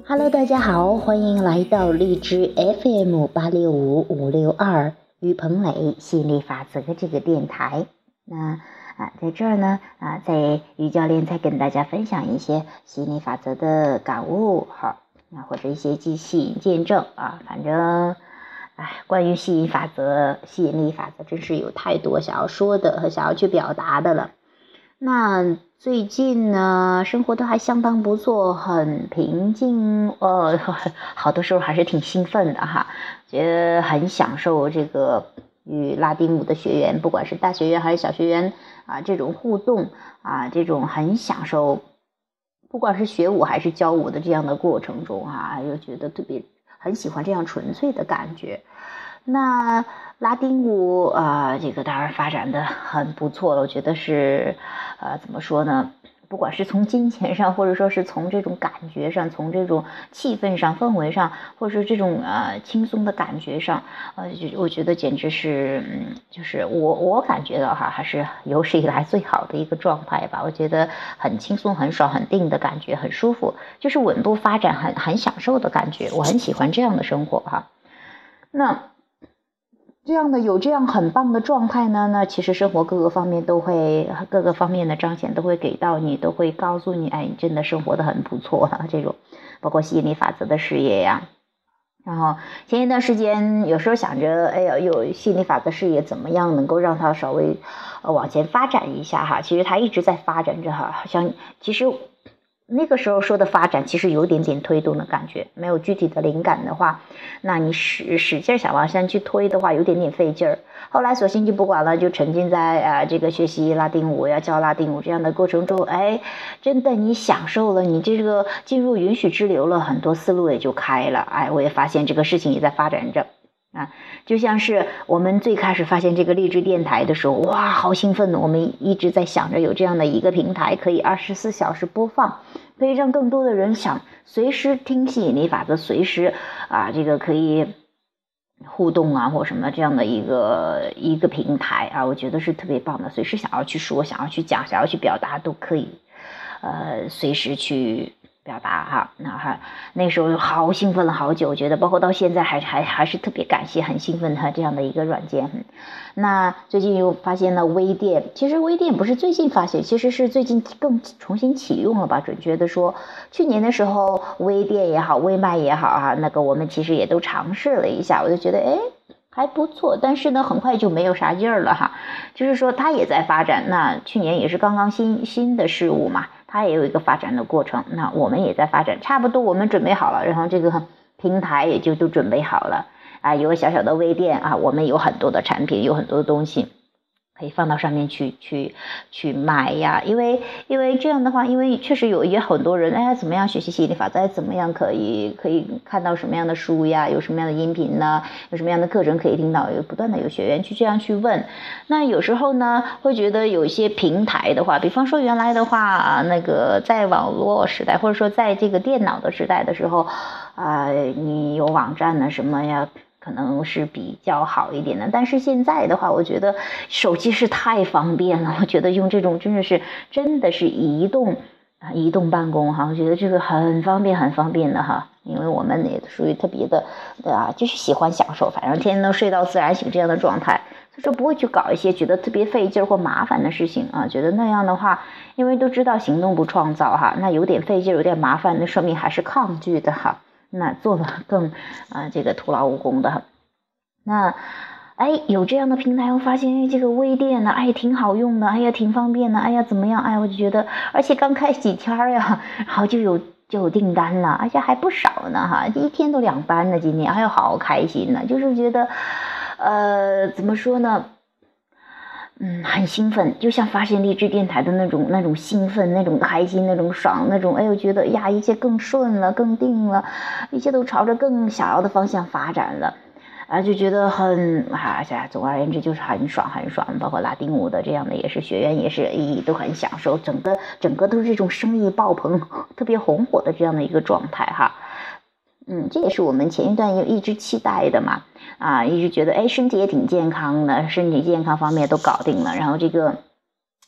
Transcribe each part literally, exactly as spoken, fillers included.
Hello， 大家好，欢迎来到荔枝 F M 八六五五六二于鹏磊吸引力法则这个电台。那啊，在这儿呢啊，在于教练再跟大家分享一些吸引力法则的感悟，好，那或者一些吸引见证啊，反正哎，关于吸引法则、吸引力法则，真是有太多想要说的和想要去表达的了。那最近呢，生活都还相当不错，很平静，呃，好多时候还是挺兴奋的哈，觉得很享受这个与拉丁舞的学员，不管是大学员还是小学员啊，这种互动啊，这种很享受，不管是学舞还是教舞的这样的过程中啊，又觉得特别很喜欢这样纯粹的感觉。那拉丁舞啊、呃，这个当然发展的很不错了，我觉得是，呃，怎么说呢？不管是从金钱上，或者说是从这种感觉上，从这种气氛上、氛围上，或者是这种呃轻松的感觉上，呃，我觉得简直是，嗯，就是我我感觉到哈，还是有史以来最好的一个状态吧。我觉得很轻松、很爽、很定的感觉，很舒服，就是稳步发展，很很享受的感觉。我很喜欢这样的生活哈。那。这样的有这样很棒的状态呢，那其实生活各个方面都会各个方面的彰显都会给到你，都会告诉你，哎，你真的生活的很不错啊。这种包括吸引力法则的事业呀。然后前一段时间有时候想着，哎呀，有吸引力法则事业怎么样能够让它稍微呃往前发展一下哈？其实它一直在发展着哈，好像其实。那个时候说的发展其实有点点推动的感觉，没有具体的灵感的话，那你使使劲想往上去推的话，有点点费劲儿。后来索性就不管了，就沉浸在啊、呃、这个学习拉丁舞呀、教拉丁舞这样的过程中，哎，真的你享受了，你这个进入允许之流了，很多思路也就开了。哎，我也发现这个事情也在发展着。啊，就像是我们最开始发现这个励志电台的时候，哇，好兴奋呢！我们一直在想着有这样的一个平台，可以二十四小时播放，可以让更多的人想随时听吸引力法则，随时啊，这个可以互动啊，或什么这样的一个一个平台啊，我觉得是特别棒的。随时想要去说，想要去讲，想要去表达都可以，呃，随时去。表达哈，那哈那时候好兴奋了好久，我觉得包括到现在还还还是特别感谢，很兴奋它这样的一个软件。那最近又发现了微店，其实微店不是最近发现，其实是最近更重新启用了吧？准确的说，去年的时候微店也好，微卖也好啊，那个我们其实也都尝试了一下，我就觉得哎。还不错，但是呢，很快就没有啥劲儿了哈。就是说，它也在发展。那去年也是刚刚新新的事物嘛，它也有一个发展的过程。那我们也在发展，差不多我们准备好了，然后这个平台也就都准备好了啊。有个小小的微店啊，我们有很多的产品，有很多的东西。可以放到上面去去去卖呀，因为因为这样的话，因为确实有也很多人，哎，怎么样学习吸引力法则，怎么样可以可以看到什么样的书呀，有什么样的音频呢，有什么样的课程可以听到，有不断的有学员去这样去问。那有时候呢，会觉得有一些平台的话，比方说原来的话，啊、那个在网络时代，或者说在这个电脑的时代的时候，啊、呃，你有网站呢什么呀？可能是比较好一点的，但是现在的话，我觉得手机是太方便了。我觉得用这种真的是真的是移动啊，移动办公哈，我觉得这个很方便，很方便的哈。因为我们也属于特别的啊，就是喜欢享受，反正天天都睡到自然醒这样的状态，所以说不会去搞一些觉得特别费劲或麻烦的事情啊。觉得那样的话，因为都知道行动不创造哈，那有点费劲，有点麻烦，那说明还是抗拒的哈。那做了更啊、呃、这个徒劳无功的。那哎有这样的平台，我发现哎这个微店呢，哎挺好用的，哎呀挺方便的，哎呀怎么样，哎我就觉得，而且刚开几天呀，然后就有就有订单了，而且还不少呢哈，一天都两单呢，今天哎呦好开心呢，就是觉得呃怎么说呢？嗯，很兴奋，就像发现励志电台的那种那种兴奋、那种开心、那种爽、那种哎，我觉得呀，一切更顺了、更定了，一切都朝着更想要的方向发展了，啊，就觉得很啊，总而言之就是很爽、很爽。包括拉丁舞的这样的也是学员也是，咦，都很享受，整个整个都是这种生意爆棚、特别红火的这样的一个状态哈。嗯，这也是我们前一段也一直期待的嘛，啊，一直觉得哎，身体也挺健康的，身体健康方面都搞定了，然后这个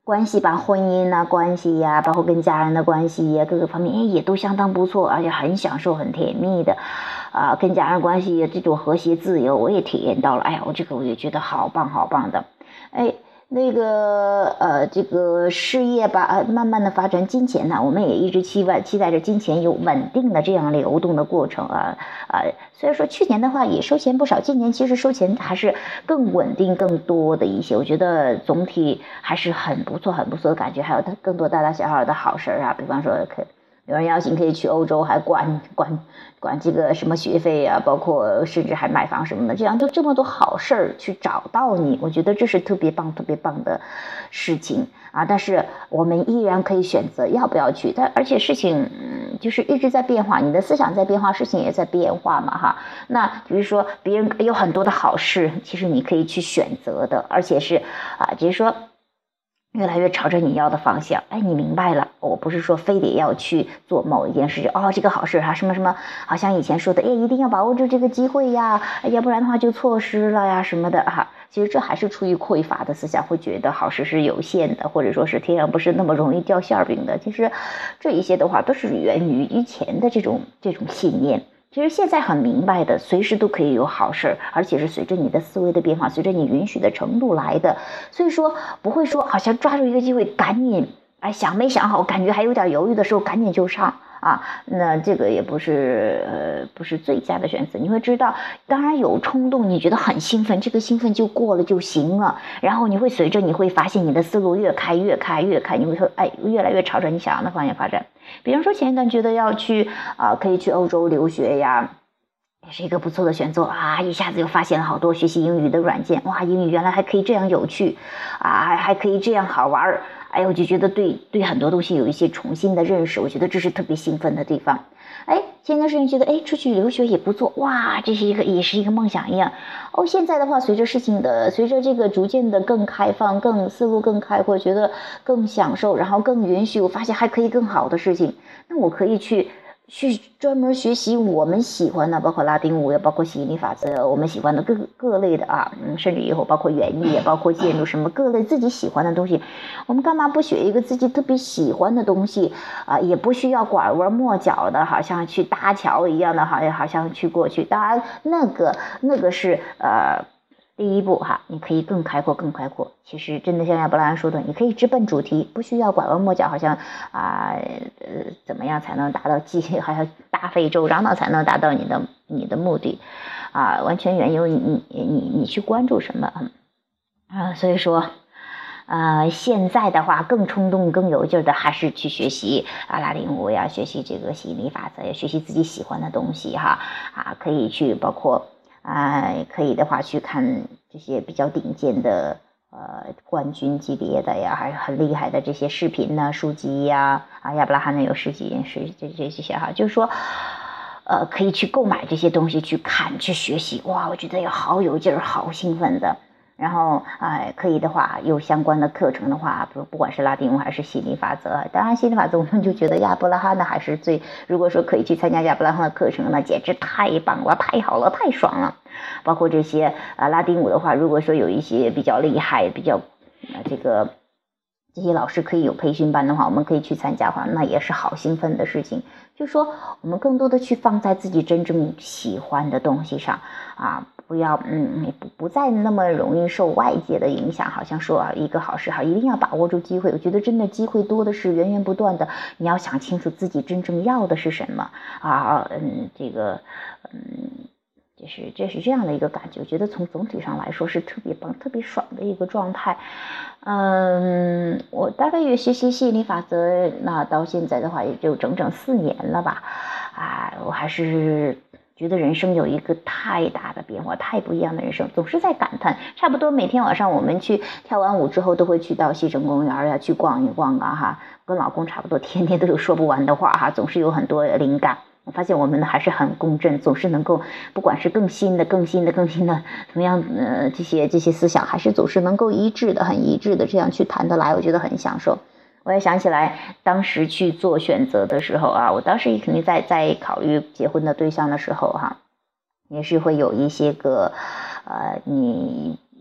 关系吧，婚姻啊关系呀、啊，包括跟家人的关系呀、啊，各个方面也都相当不错，而且很享受，很甜蜜的，啊，跟家人关系这种和谐自由，我也体验到了。哎呀，我这个我也觉得好棒好棒的，哎。那个呃，这个事业吧，呃，慢慢的发展，金钱呢，我们也一直期望期待着金钱有稳定的这样流动的过程啊啊。所以说去年的话也收钱不少，今年其实收钱还是更稳定、更多的一些，我觉得总体还是很不错、很不错的感觉。还有更多大大小小的好事啊，比方说可。有人邀请可以去欧洲，还管管管这个什么学费啊，包括甚至还买房什么的，这样就这么多好事儿去找到你，我觉得这是特别棒、特别棒的事情啊！但是我们依然可以选择要不要去，但而且事情嗯就是一直在变化，你的思想在变化，事情也在变化嘛哈。那比如说别人有很多的好事，其实你可以去选择的，而且是啊，就是说。越来越朝着你要的方向，哎，你明白了，我不是说非得要去做某一件事，哦，这个好事哈、啊，什么什么，好像以前说的，哎，一定要把握住这个机会呀，要不然的话就错失了呀什么的哈。其实这还是出于匮乏的思想，会觉得好事是有限的，或者说是天上不是那么容易掉馅饼的。其实这一些的话，都是源于以前的这种这种信念。其实现在很明白的，随时都可以有好事，而且是随着你的思维的变化，随着你允许的程度来的。所以说不会说好像抓住一个机会赶紧哎想没想好，感觉还有点犹豫的时候赶紧就上啊，那这个也不是呃不是最佳的选择。你会知道，当然有冲动，你觉得很兴奋，这个兴奋就过了就行了。然后你会随着你会发现你的思路越开越开越开，你会说哎越来越朝着你想要的方向发展。比如说前一段觉得要去啊、呃，可以去欧洲留学呀，也是一个不错的选择啊！一下子就发现了好多学习英语的软件，哇，英语原来还可以这样有趣啊，还还可以这样好玩儿，哎，我就觉得对对很多东西有一些重新的认识，我觉得这是特别兴奋的地方。哎，前段时间觉得哎出去留学也不错，哇，这是一个也是一个梦想一样。哦，现在的话，随着事情的随着这个逐渐的更开放，更思路更开阔，觉得更享受，然后更允许，我发现还可以更好的事情，那我可以去。去专门学习我们喜欢的，包括拉丁舞也包括吸引力法则，我们喜欢的各各类的啊，嗯，甚至以后包括园艺，也包括建筑什么各类自己喜欢的东西，我们干嘛不学一个自己特别喜欢的东西啊？也不需要拐弯抹角的，好像去搭桥一样的，好像好像去过去。当然，那个那个是呃。第一步哈，你可以更开阔，更开阔。其实真的像亚伯拉罕说的，你可以直奔主题，不需要拐弯抹角，好像啊呃怎么样才能达到既好像大费周章的才能达到你的你的目的啊，完全源于你你你你去关注什么啊，所以说。呃，现在的话更冲动、更有劲儿的还是去学习啊拉丁舞呀，学习这个吸引力法则呀，学习自己喜欢的东西哈啊，可以去包括。啊、呃，可以的话去看这些比较顶尖的呃冠军级别的呀，还是很厉害的这些视频呢、书籍呀，啊，亚伯拉罕的有诗集，是这这这些哈，就是说，呃，可以去购买这些东西去看、去学习，哇，我觉得也好有劲儿、好兴奋的。然后啊、呃，可以的话有相关的课程的话，不不管是拉丁舞还是吸引力法则，当然吸引力法则我们就觉得亚伯拉罕的还是最，如果说可以去参加亚伯拉罕的课程，那简直太棒了，太好了，太爽了。包括这些啊拉丁舞的话，如果说有一些比较厉害、比较呃这个这些老师可以有培训班的话，我们可以去参加的话，那也是好兴奋的事情。就说我们更多的去放在自己真正喜欢的东西上啊。不要，嗯，不不再那么容易受外界的影响，好像说啊，一个好事哈，一定要把握住机会。我觉得真的机会多的是，源源不断的。你要想清楚自己真正要的是什么啊，嗯，这个，嗯，就是这是这样的一个感觉。我觉得从总体上来说是特别棒、特别爽的一个状态。嗯，我大概也学习吸引力法则，那到现在的话也就整整四年了吧。啊，我还是。觉得人生有一个太大的变化，太不一样的人生，总是在感叹。差不多每天晚上我们去跳完舞之后，都会去到西城公园呀，去逛一逛啊哈。跟老公差不多，天天都有说不完的话哈，总是有很多灵感。我发现我们呢还是很共振，总是能够，不管是更新的、更新的、更新的，怎么样？呃，这些这些思想还是总是能够一致的，很一致的，这样去谈得来，我觉得很享受。我也想起来，当时去做选择的时候啊，我当时肯定在在考虑结婚的对象的时候哈，也是会有一些个，呃，你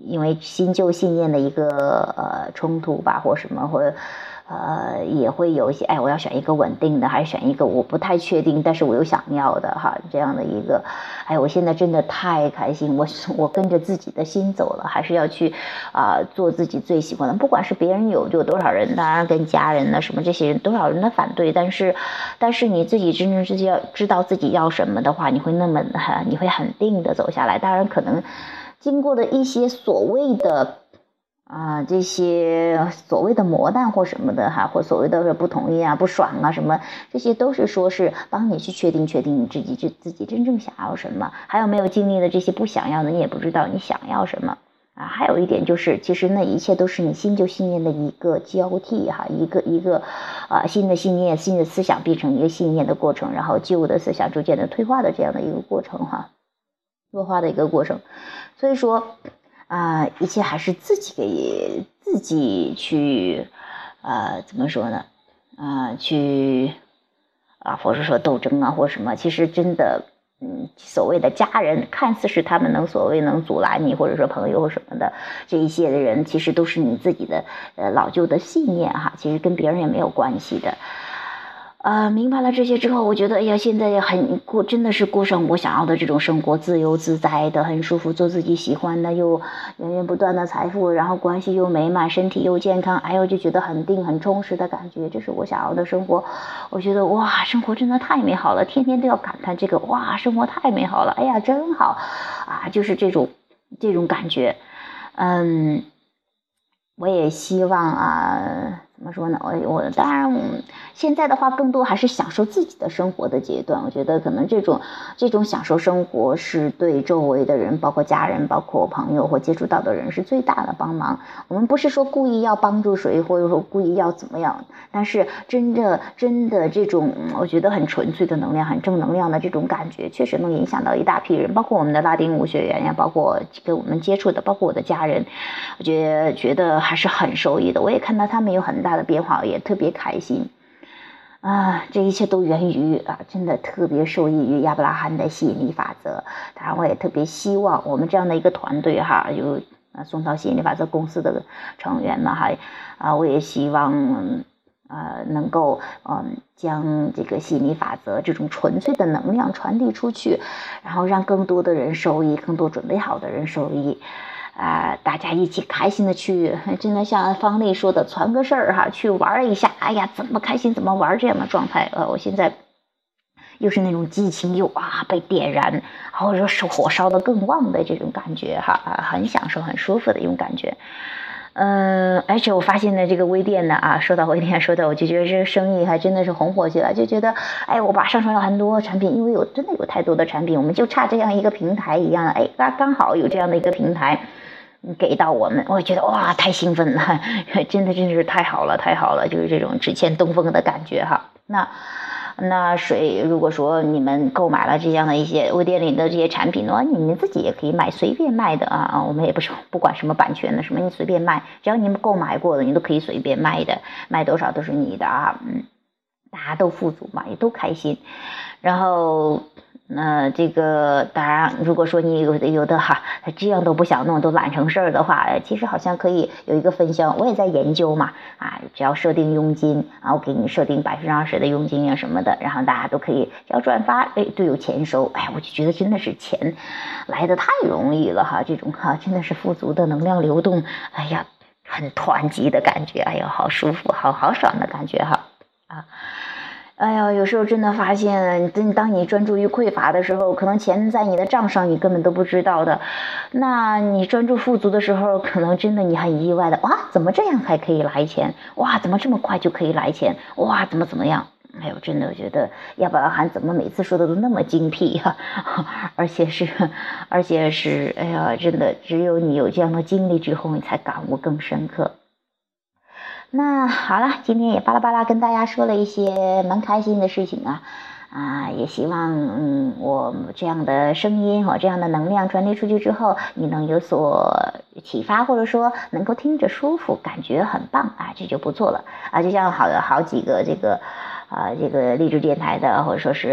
因为新旧信念的一个呃冲突吧，或什么，或呃也会有一些，哎，我要选一个稳定的，还是选一个我不太确定，但是我又想要的哈，这样的一个，哎，我现在真的太开心，我我跟着自己的心走了，还是要去啊、呃、做自己最喜欢的，不管是别人有就有多少人，当然跟家人呢什么这些人多少人的反对，但是但是你自己真正自己要知道自己要什么的话，你会那么你会很定的走下来，当然可能。经过的一些所谓的啊、呃、这些所谓的磨难或什么的哈，或所谓的不同意啊、不爽啊什么，这些都是说是帮你去确定确定你自己自己真正想要什么，还有没有经历的这些不想要的，你也不知道你想要什么啊。还有一点就是，其实那一切都是你新旧信念的一个交替哈，一个一个啊、呃、新的信念、新的思想变成一个信念的过程，然后旧的思想逐渐的退化的这样的一个过程哈。弱化的一个过程，所以说啊、呃，一切还是自己给自己去，呃，怎么说呢？啊、呃，去啊，或者说斗争啊，或什么，其实真的，嗯，所谓的家人，看似是他们能所谓能阻拦你，或者说朋友或什么的这一些的人，其实都是你自己的呃老旧的信念哈，其实跟别人也没有关系的。呃，明白了这些之后，我觉得，哎呀，现在很过，真的是过上我想要的这种生活，自由自在的，很舒服，做自己喜欢的，又源源不断的财富，然后关系又美满，身体又健康，哎呦，就觉得很定、很充实的感觉，这是我想要的生活。我觉得哇，生活真的太美好了，天天都要感叹这个，哇，生活太美好了，哎呀，真好啊，就是这种这种感觉，嗯。我也希望啊，怎么说呢？我我当然现在的话，更多还是享受自己的生活的阶段。我觉得可能这种这种享受生活，是对周围的人，包括家人，包括朋友或接触到的人，是最大的帮忙。我们不是说故意要帮助谁，或者说故意要怎么样，但是真的真的这种，我觉得很纯粹的能量，很正能量的这种感觉，确实能影响到一大批人，包括我们的拉丁舞学员呀，包括跟我们接触的，包括我的家人，我觉得觉得。还是很受益的，我也看到他们有很大的变化，也特别开心啊！这一切都源于啊，真的特别受益于亚伯拉罕的吸引力法则。当然，我也特别希望我们这样的一个团队哈，有啊松涛吸引力法则公司的成员嘛哈啊，我也希望呃能够嗯将这个吸引力法则这种纯粹的能量传递出去，然后让更多的人受益，更多准备好的人受益。啊、呃，大家一起开心的去，真的像方丽说的，传个事儿哈，去玩一下。哎呀，怎么开心怎么玩这样的状态。呃，我现在又是那种激情又啊被点燃，或者说是火烧的更旺的这种感觉哈，很享受、很舒服的一种感觉。嗯，而且我发现呢，这个微店呢啊，说到微店，说到我就觉得这个生意还真的是红火起来，就觉得哎，我把上传了很多产品，因为有真的有太多的产品，我们就差这样一个平台一样，哎，刚刚好有这样的一个平台。给到我们，我觉得哇，太兴奋了，真的真的是太好了，太好了，就是这种只欠东风的感觉哈。那那谁如果说你们购买了这样的一些微店里的这些产品的话，你们自己也可以卖，随便卖的啊。我们也不是不管什么版权的什么，你随便卖，只要你们购买过的，你都可以随便卖的，卖多少都是你的啊。嗯，大家都富足嘛，也都开心。然后。那、呃、这个当然，如果说你有的有的哈，这样都不想弄，都懒成事儿的话，其实好像可以有一个分销。我也在研究嘛，啊，只要设定佣金，然后给你设定百分之二十的佣金啊什么的，然后大家都可以只要转发，哎，都有钱收。哎，我就觉得真的是钱来的太容易了哈，这种哈真的是富足的能量流动，哎呀，很团结的感觉，哎呀，好舒服，好好爽的感觉哈啊。哎呀，有时候真的发现，当你专注于匮乏的时候，可能钱在你的账上，你根本都不知道的。那你专注富足的时候，可能真的你很意外的，哇，怎么这样还可以来钱？哇，怎么这么快就可以来钱？哇，怎么怎么样？哎呦，真的，我觉得亚伯拉罕怎么每次说的都那么精辟哈、啊，而且是，而且是，哎呀，真的，只有你有这样的经历之后，你才感悟更深刻。那好了，今天也巴拉巴拉跟大家说了一些蛮开心的事情啊，啊，也希望嗯我这样的声音和这样的能量传递出去之后，你能有所启发，或者说能够听着舒服，感觉很棒啊，这就不错了啊。就像好好几个这个啊这个励志电台的，或者说是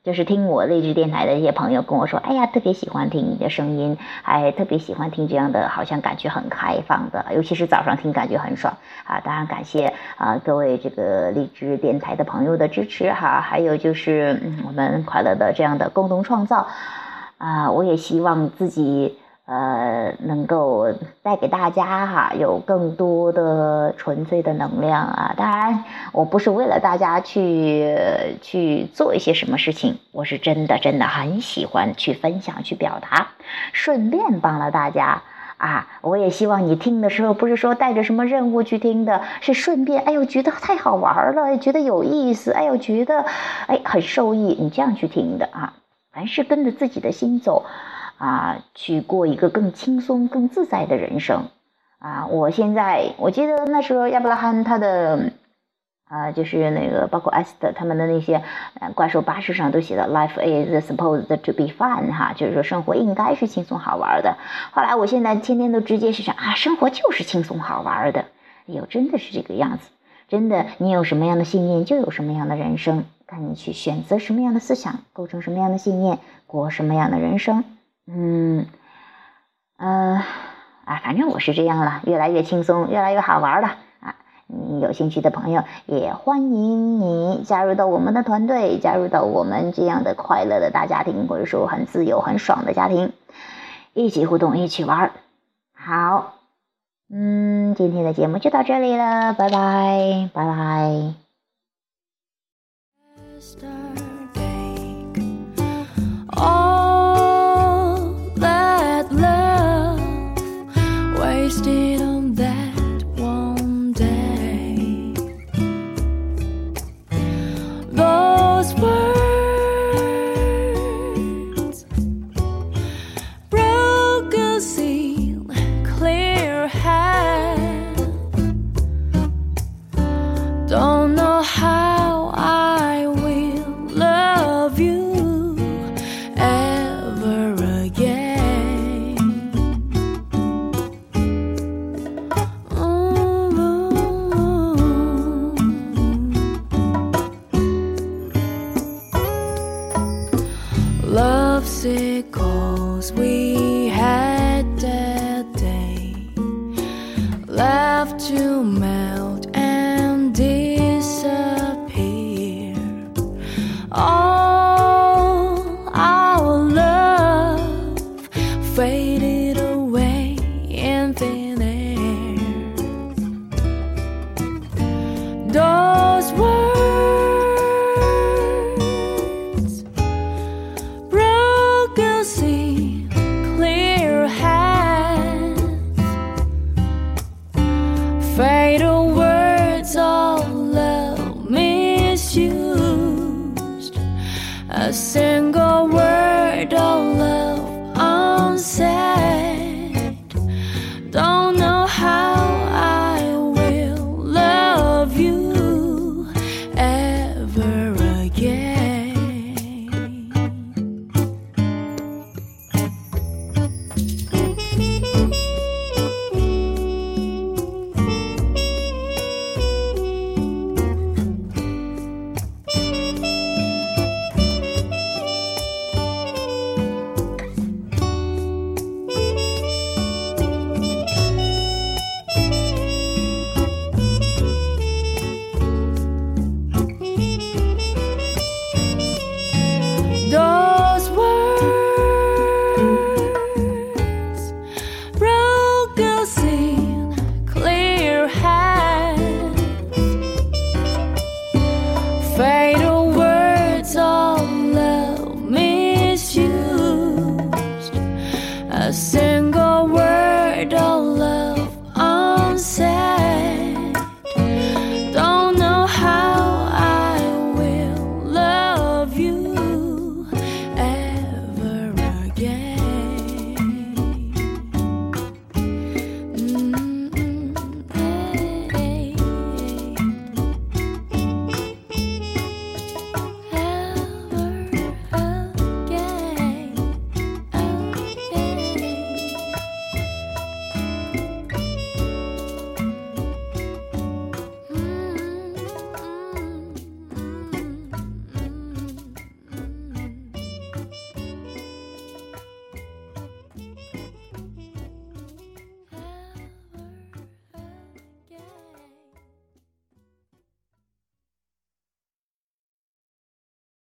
就是听我励志电台的一些朋友跟我说，哎呀，特别喜欢听你的声音，还特别喜欢听这样的，好像感觉很开放的，尤其是早上听感觉很爽啊。当然感谢啊各位这个励志电台的朋友的支持哈，还有就是、嗯、我们快乐的这样的共同创造啊，我也希望自己呃，能够带给大家哈，有更多的纯粹的能量啊！当然，我不是为了大家去去做一些什么事情，我是真的真的很喜欢去分享、去表达，顺便帮了大家啊！我也希望你听的时候，不是说带着什么任务去听的，是顺便，哎呦，觉得太好玩了，觉得有意思，哎呦，觉得哎很受益，你这样去听的啊！凡是跟着自己的心走。啊，去过一个更轻松、更自在的人生啊！我现在我记得那时候亚伯拉罕他的啊，就是那个包括艾斯特他们的那些呃怪兽巴士上都写的 "Life is supposed to be fun" 哈，就是说生活应该是轻松好玩的。后来我现在天天都直接是想啊，生活就是轻松好玩的。哎呦，真的是这个样子，真的，你有什么样的信念，就有什么样的人生，看你去选择什么样的思想，构成什么样的信念，过什么样的人生。嗯，呃，啊，反正我是这样了，越来越轻松，越来越好玩了啊！你有兴趣的朋友也欢迎你加入到我们的团队，加入到我们这样的快乐的大家庭，或者说很自由、很爽的家庭，一起互动，一起玩。好，嗯，今天的节目就到这里了，拜拜，拜拜。 Wasted on that one day. Those words broke a seal, clear hand. Don't know how I will love you ever again. Lovesick calls we had that day, left to melt and disappear. All our love faded away in thin air. Those words fatal words of love misused, a single word of